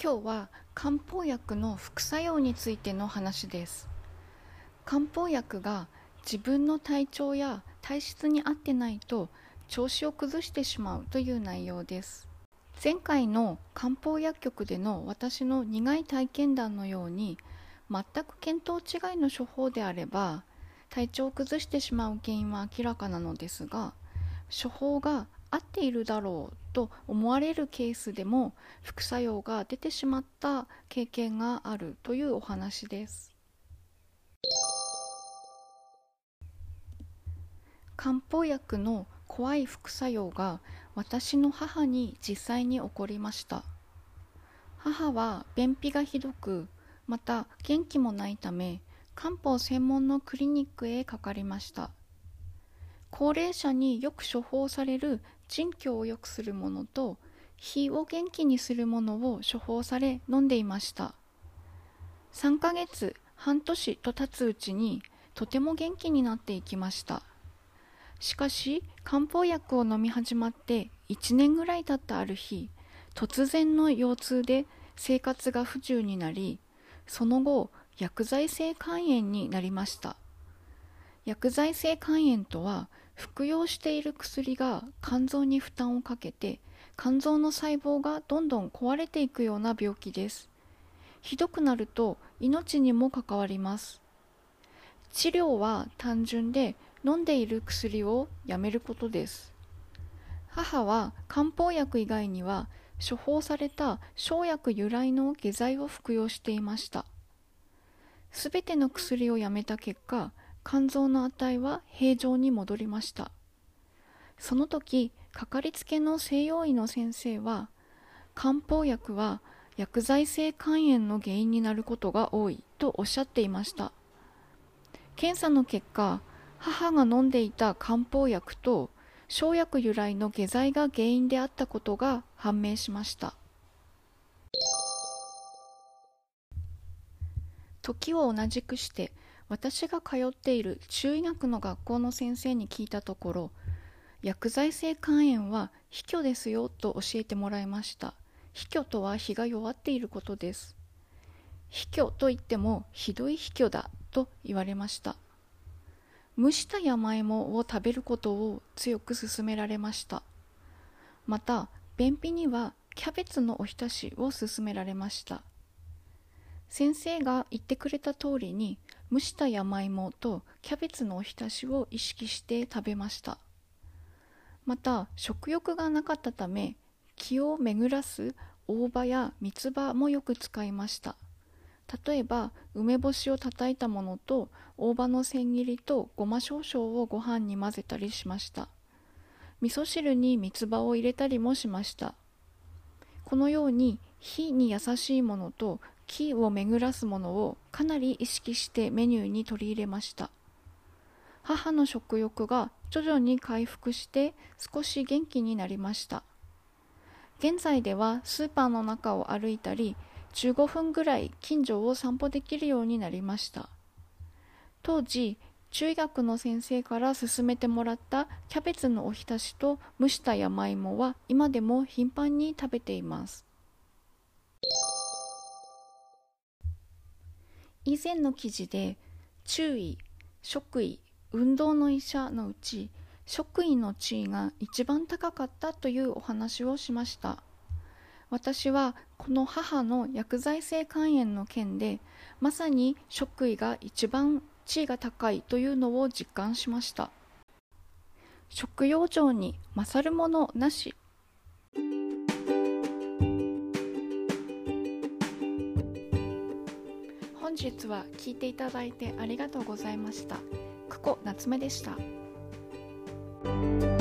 今日は漢方薬の副作用についての話です。漢方薬が自分の体調や体質に合ってないと調子を崩してしまうという内容です。前回の漢方薬局での私の苦い体験談のように、全く見当違いの処方であれば体調を崩してしまう原因は明らかなのですが、処方が合っているだろうと思われるケースでも副作用が出てしまった経験があるというお話です。漢方薬の怖い副作用が私の母に実際に起こりました。母は便秘がひどく、また元気もないため漢方専門のクリニックへかかりました。高齢者によく処方される腎虚を良くするものと脾を元気にするものを処方され飲んでいました。3ヶ月、半年と経つうちにとても元気になっていきました。しかし漢方薬を飲み始まって1年ぐらい経ったある日、突然の腰痛で生活が不自由になり、その後薬剤性肝炎になりました。薬剤性肝炎とは、服用している薬が肝臓に負担をかけて肝臓の細胞がどんどん壊れていくような病気です。ひどくなると命にも関わります。治療は単純で、飲んでいる薬をやめることです。母は漢方薬以外には処方された生薬由来の下剤を服用していました。すべての薬をやめた結果、肝臓の値は平常に戻りました。その時、かかりつけの西洋医の先生は、漢方薬は薬剤性肝炎の原因になることが多いとおっしゃっていました。検査の結果、母が飲んでいた漢方薬と生薬由来の下剤が原因であったことが判明しました。時を同じくして私が通っている中医学の学校の先生に聞いたところ、薬剤性肝炎は卑虚ですよと教えてもらいました。卑虚とは脾が弱っていることです。卑虚といってもひどい卑虚だと言われました。蒸した山芋を食べることを強く勧められました。また便秘にはキャベツのおひたしを勧められました。先生が言ってくれた通りに、蒸した山芋とキャベツのおひたしを意識して食べました。また食欲がなかったため、気を巡らす大葉や三つ葉もよく使いました。例えば梅干しを叩いたものと大葉の千切りとごま少々をご飯に混ぜたりしました。味噌汁に三つ葉を入れたりもしました。このように脾に優しいものと気を巡らすものをかなり意識してメニューに取り入れました。母の食欲が徐々に回復して少し元気になりました。現在ではスーパーの中を歩いたり、15分ぐらい近所を散歩できるようになりました。当時、中医学の先生から勧めてもらったキャベツのおひたしと蒸した山芋は今でも頻繁に食べています。以前の記事で中医、食医、運動の医者のうち食医の地位が一番高かったというお話をしました。私はこの母の薬剤性肝炎の件でまさに食医が一番地位が高いというのを実感しました。食養生に勝るものなし。本日は聞いていただいてありがとうございました。久保夏目でした。